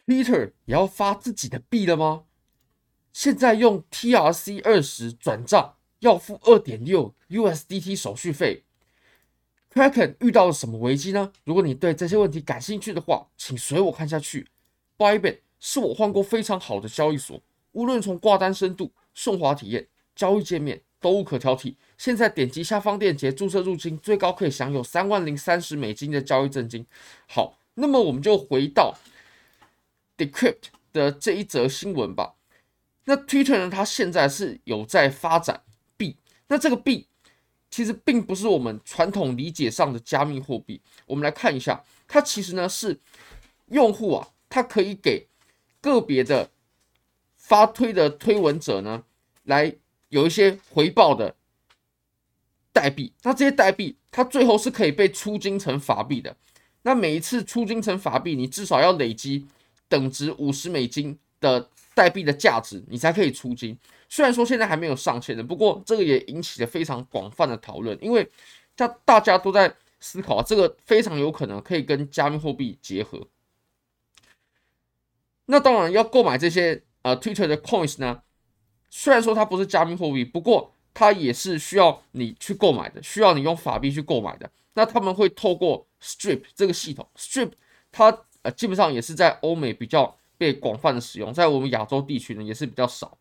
Twitter 也要发自己的币了吗？现在用 TRC20转账要付2.6 USDT 手续费。Kraken 遇到了什么危机呢？如果你对这些问题感兴趣的话，请随我看下去。Bybit 是我换过非常好的交易所，无论从挂单深度、顺滑体验、交易界面都无可挑剔。现在点击下方链接注册入金，最高可以享有$30,030的交易证金。好，那么我们就回到 Decrypt 的这一则新闻吧。那 Twitter 呢，它现在是有在发展币，那这个币其实并不是我们传统理解上的加密货币。我们来看一下，它其实呢是用户啊，他可以给个别的发推的推文者呢，来有一些回报的代币。那这些代币，它最后是可以被出金成法币的。那每一次出金成法币，你至少要累积等值$50的代币的价值，你才可以出金。虽然说现在还没有上线的，不过这个也引起了非常广泛的讨论，因为大家都在思考，这个非常有可能可以跟加密货币结合。那当然要购买这些Twitter 的 coins 呢，虽然说它不是加密货币，不过它也是需要你去购买的，需要你用法币去购买的。那他们会透过 Strip 这个系统 ，Strip 它基本上也是在欧美比较被广泛的使用，在我们亚洲地区呢也是比较少。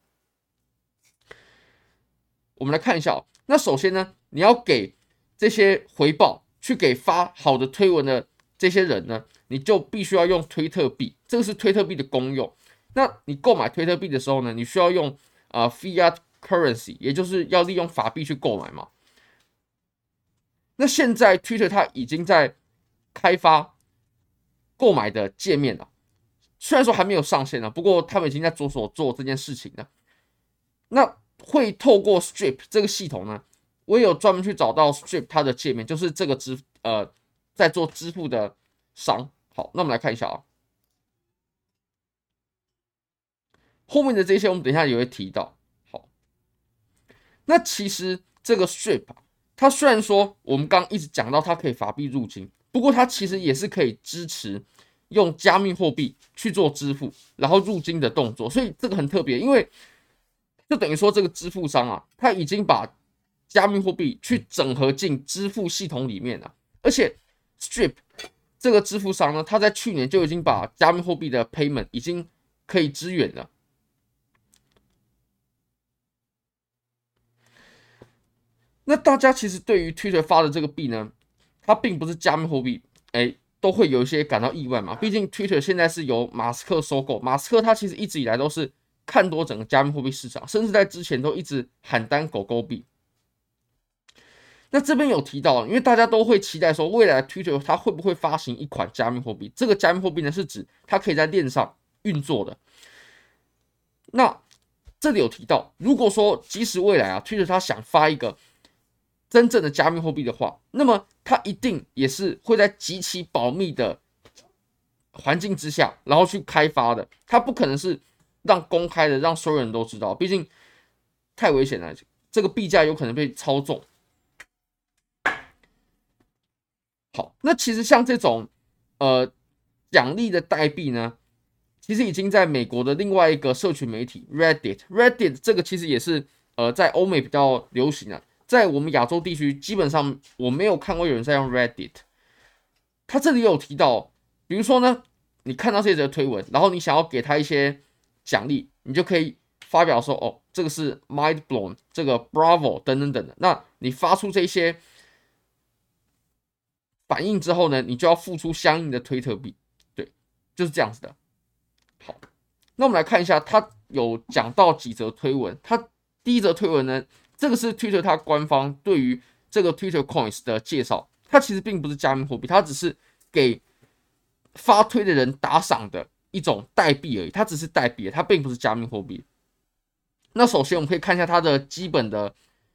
我们来看一下那首先呢，你要给这些回报，去给发好的推文的这些人呢，你就必须要用推特币，这个是推特币的功用。那你购买推特币的时候呢，你需要用fiat currency， 也就是要利用法币去购买嘛。那现在 Twitter 它已经在开发购买的界面了，虽然说还没有上线了，不过他们已经在着手做这件事情了。那会透过 Strip 这个系统呢，我也有专门去找到 Strip 它的界面，就是这个在做支付的商。好，那我们来看一下啊，后面的这些我们等一下也会提到。好，那其实这个 Strip 它虽然说我们刚刚一直讲到它可以法币入金，不过它其实也是可以支持用加密货币去做支付，然后入金的动作，所以这个很特别，因为就等于说这个支付商啊，他已经把加密货币去整合进支付系统里面了，而且 Strip 这个支付商呢，他在去年就已经把加密货币的 payment 已经可以支援了。那大家其实对于 Twitter 发的这个币呢，它并不是加密货币，都会有一些感到意外嘛。毕竟 Twitter 现在是由马斯克收购，马斯克他其实一直以来都是看多整个加密货币市场，甚至在之前都一直喊单狗狗币。那这边有提到，因为大家都会期待说，未来 Twitter 它会不会发行一款加密货币？这个加密货币呢，是指它可以在链上运作的。那这里有提到，如果说即使未来Twitter 它想发一个真正的加密货币的话，那么它一定也是会在极其保密的环境之下，然后去开发的。它不可能是让公开的，让所有人都知道，毕竟太危险了，这个币价有可能被操纵。好，那其实像这种奖励的代币呢，其实已经在美国的另外一个社群媒体 Reddit 这个其实也是在欧美比较流行的，在我们亚洲地区基本上我没有看过有人在用 Reddit。他这里有提到，比如说呢，你看到这则推文，然后你想要给他一些奖励，你就可以发表说，哦，这个是 mind blown， 这个 bravo 等等等的。那你发出这些反应之后呢，你就要付出相应的推特币，对，就是这样子的。好，那我们来看一下，他有讲到几则推文。他第一则推文呢，这个是 Twitter 它官方对于这个 Twitter Coins 的介绍，它其实并不是加密货币，它只是给发推的人打赏的一种代币而已，它只是代币，它并不是加密货币。那首先我们可以看一下它的基本的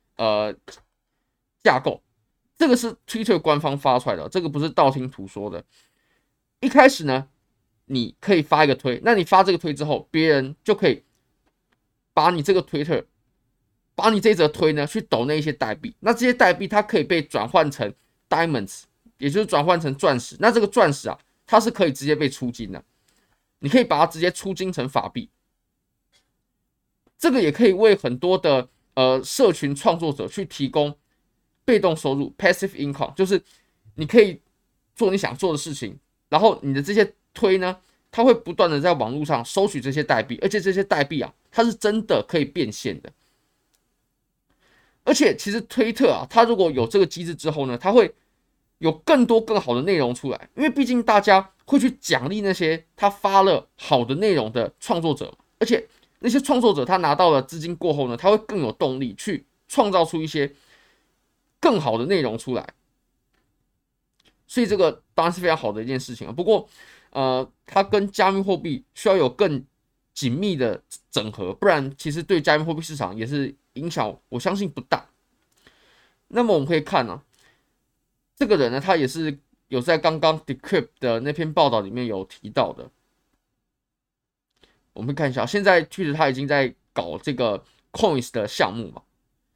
架构。这个是 Twitter 官方发出来的，这个不是道听途说的。一开始呢，你可以发一个推，那你发这个推之后，别人就可以把你这个 Twitter， 把你这则推呢去抖那一些代币，那这些代币它可以被转换成 Diamonds， 也就是转换成钻石。那这个钻石它是可以直接被出金的。 你可以把它直接出金成法币。这个也可以为很多的社群创作者去提供被动收入 （passive income），就是你可以做你想做的事情，然后你的这些推呢，它会不断的在网络上收取这些代币，而且这些代币啊，它是真的可以变现的。而且其实推特啊，它如果有这个机制之后呢，它会有更多更好的内容出来，因为毕竟大家会去奖励那些他发了好的内容的创作者，而且那些创作者他拿到了资金过后呢，他会更有动力去创造出一些更好的内容出来，所以这个当然是非常好的一件事情啊。不过，它跟加密货币需要有更紧密的整合，不然其实对加密货币市场也是影响，我相信不大。那么我们可以看啊，这个人呢，他也是有在刚刚 Decrypt 的那篇报道里面有提到的。我们看一下，现在确实他已经在搞这个 Coins 的项目嘛。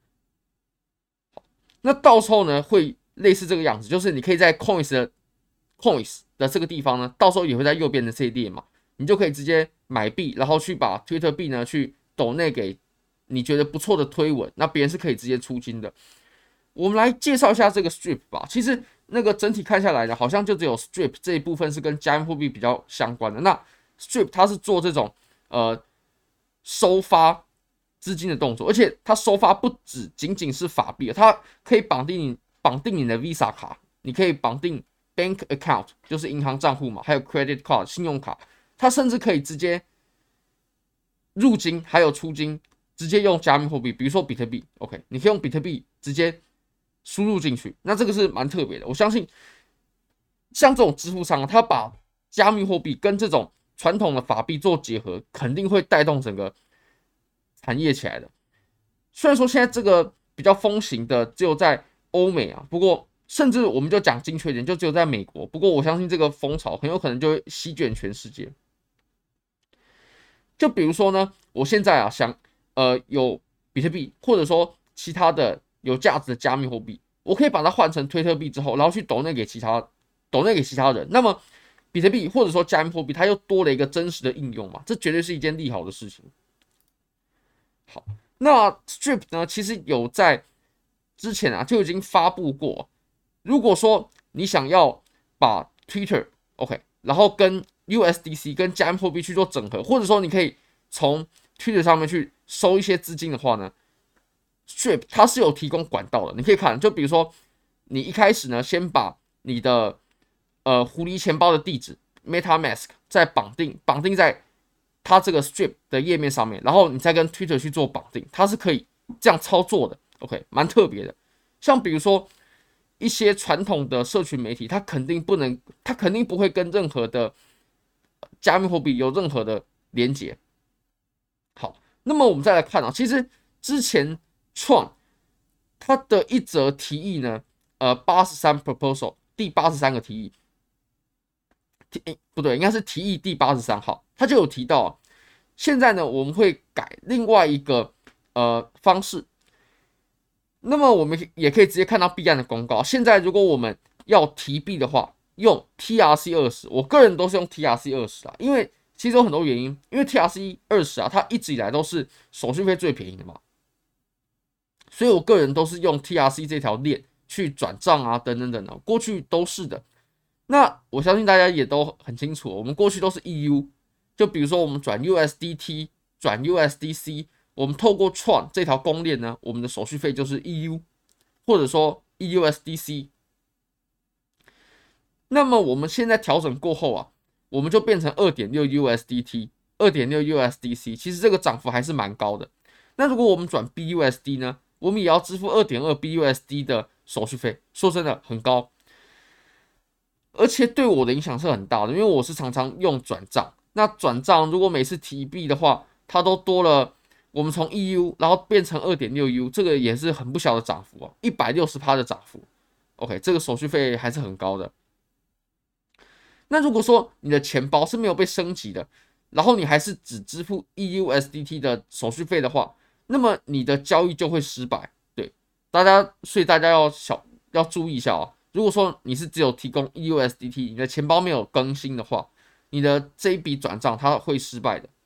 那到时候呢，会类似这个样子，就是你可以在 Coins 的这个地方呢，到时候也会在右边的这一列嘛，你就可以直接买币，然后去把 Twitter 币呢去抖内给你觉得不错的推文，那别人是可以直接出金的。我们来介绍一下这个 Strip 吧。其实那个整体看下来呢，好像就只有 Strip 这一部分是跟加密货币比较相关的。那 Strip 它是做这种收发资金的动作，而且它收发不仅仅是法币，它可以绑定你的 Visa 卡，你可以绑定 Bank Account 就是银行账户嘛，还有 Credit Card 信用卡，它甚至可以直接入金还有出金，直接用加密货币，比如说比特币 ，OK， 你可以用比特币直接输入进去，那这个是蛮特别的。我相信像这种支付商，它把加密货币跟这种传统的法币做结合，肯定会带动整个产业起来的。虽然说现在这个比较风行的只有在欧美啊，不过甚至我们就讲精确一点，就只有在美国。不过我相信这个风潮很有可能就会席卷全世界。就比如说呢，我现在啊想有比特币，或者说其他的有价值的加密货币，我可以把它换成推特币之后，然后去抖内给其他人。那么比特币或者说加密货币，它又多了一个真实的应用嘛，这绝对是一件利好的事情。好，那 Strip 呢，其实有在之前啊就已经发布过。如果说你想要把 Twitter OK， 然后跟 USDC 跟加密货币去做整合，或者说你可以从 Twitter 上面去收一些资金的话呢，Strip 它是有提供管道的。你可以看，就比如说你一开始呢，先把你的狐狸钱包的地址 MetaMask 再绑定在它这个 Strip 的页面上面，然后你再跟 Twitter 去做绑定，它是可以这样操作的。OK， 蛮特别的。像比如说一些传统的社群媒体，它肯定不会跟任何的加密货币有任何的连接。好，那么我们再来看啊，其实之前创它的一则提议呢，83 proposal 第83个提议，不对，应该是提议第83号，他就有提到，现在呢我们会改另外一个方式。那么我们也可以直接看到币安的公告。现在如果我们要提币的话，用 TRC20，我个人都是用 TRC20 啊，因为其实有很多原因，因为 TRC20啊，它一直以来都是手续费最便宜的嘛，所以我个人都是用 TRC 这条链去转账啊，等等等等，过去都是的。那我相信大家也都很清楚，我们过去都是 EU， 就比如说我们转 USDT 转 USDC， 我们透过 Tron 这条公链呢，我们的手续费就是 EU， 或者说 EUSDC。那么我们现在调整过后啊，我们就变成 2.6 USDT 2.6 USDC， 其实这个涨幅还是蛮高的。那如果我们转 BUSD 呢，我们也要支付 2.2 BUSD 的手续费，说真的很高，而且对我的影响是很大的，因为我是常常用转账。那转账如果每次提币的话，它都多了，我们从 EU 然后变成 2.6 U， 这个也是很不小的涨幅啊，160%的涨幅。OK， 这个手续费还是很高的。那如果说你的钱包是没有被升级的，然后你还是只支付 EUSDT 的手续费的话，那么你的交易就会失败。对，所以大家要注意一下啊。如果说你是只有提供 EUSDT， 你的钱包没有更新的话， 你的这一笔转账它会失败的。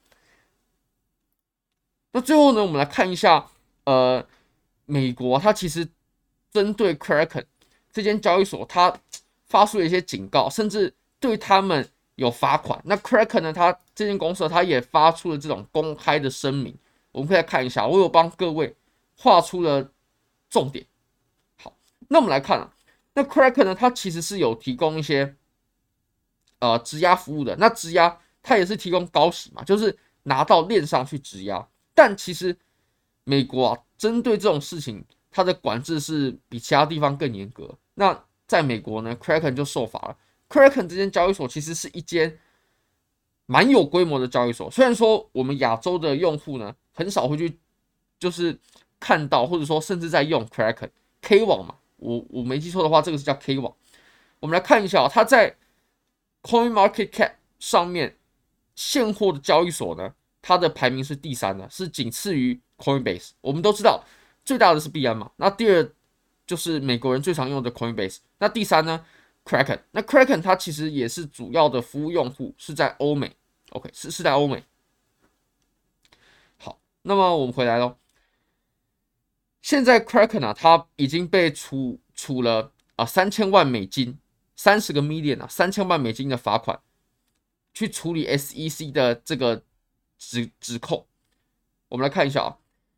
那最后呢，我们来看一下，美国它其实针对 Kraken 这间交易所，它发出了一些警告，甚至对他们有罚款。那 Kraken 呢，它这间公司它也发出了这种公开的声明，我们可以来看一下，我有帮各位画出了重点。好，那我们来看啊，那 Kraken 呢，它其实是有提供一些质押服务的。那质押它也是提供高息嘛，就是拿到链上去质押。但其实美国啊，针对这种事情，它的管制是比其他地方更严格。那在美国呢 ，Kraken 就受罚了。Kraken 这间交易所其实是一间蛮有规模的交易所，虽然说我们亚洲的用户呢，很少会去就是看到，或者说甚至在用 Kraken K 网嘛，我没记错的话，这个是叫 K 网。我们来看一下，它在 CoinMarketCap 上面现货的交易所呢，它的排名是第3的，是仅次于 Coinbase。我们都知道最大的是币安嘛，那第2就是美国人最常用的 Coinbase，那第3呢 Kraken。那 Kraken 它其实也是主要的服务用户是在欧美 ，OK 是在欧美。好，那么我们回来咯，现在 Kraken 啊，它已经被处了3000万美金，30个 million 啊，3000万美金的罚款，去处理 SEC 的这个指控。我们来看一下啊，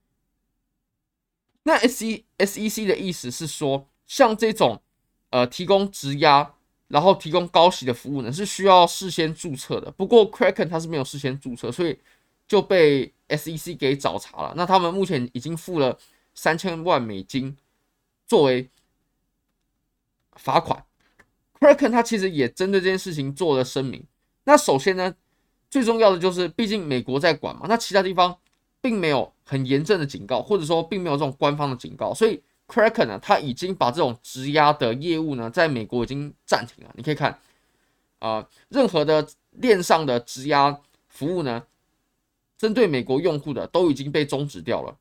那 SEC 的意思是说，像这种提供质押，然后提供高息的服务呢，是需要事先注册的。不过 Kraken 它是没有事先注册，所以就被 SEC 给找茬了。那他们目前已经付了3000万美金作为罚款。Kraken 它其实也针对这件事情做了声明。那首先呢，最重要的就是，毕竟美国在管嘛，那其他地方并没有很严正的警告，或者说并没有这种官方的警告，所以 Kraken 呢，它已经把这种质押的业务呢，在美国已经暂停了。你可以看，任何的链上的质押服务呢，针对美国用户的都已经被终止掉了。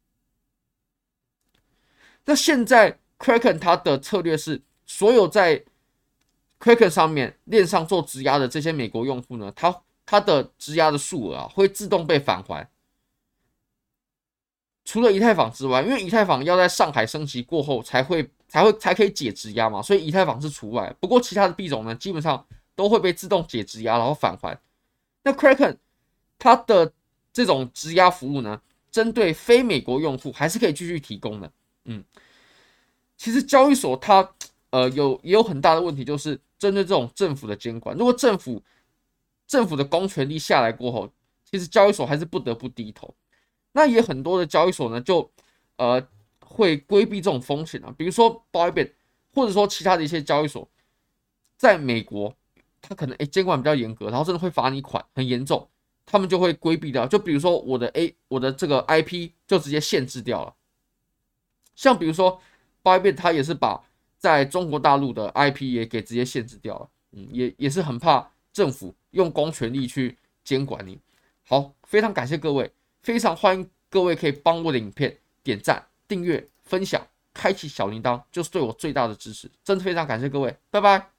那现在 Kraken 它的策略是，所有在 Kraken 上面链上做质押的这些美国用户呢，它的质押的数额会自动被返还。除了以太坊之外，因为以太坊要在上海升级过后才可以解质押嘛，所以以太坊是除外。不过其他的币种呢，基本上都会被自动解质押，然后返还。那 Kraken 它的这种质押服务呢，针对非美国用户还是可以继续提供的。其实交易所它也有很大的问题，就是针对这种政府的监管。如果政府的公权力下来过后，其实交易所还是不得不低头。那也很多的交易所呢，就会规避这种风险啊，比如说 Bybit 或者说其他的一些交易所，在美国它可能监管比较严格，然后真的会罚你款很严重，他们就会规避掉。就比如说我的这个 IP 就直接限制掉了。像比如说 Bybit 它也是把在中国大陆的 IP 也给直接限制掉了，也是很怕政府用公权力去监管你。好，非常感谢各位，非常欢迎各位可以帮我的影片点赞、订阅、分享、开启小铃铛，就是对我最大的支持。真的非常感谢各位，拜拜。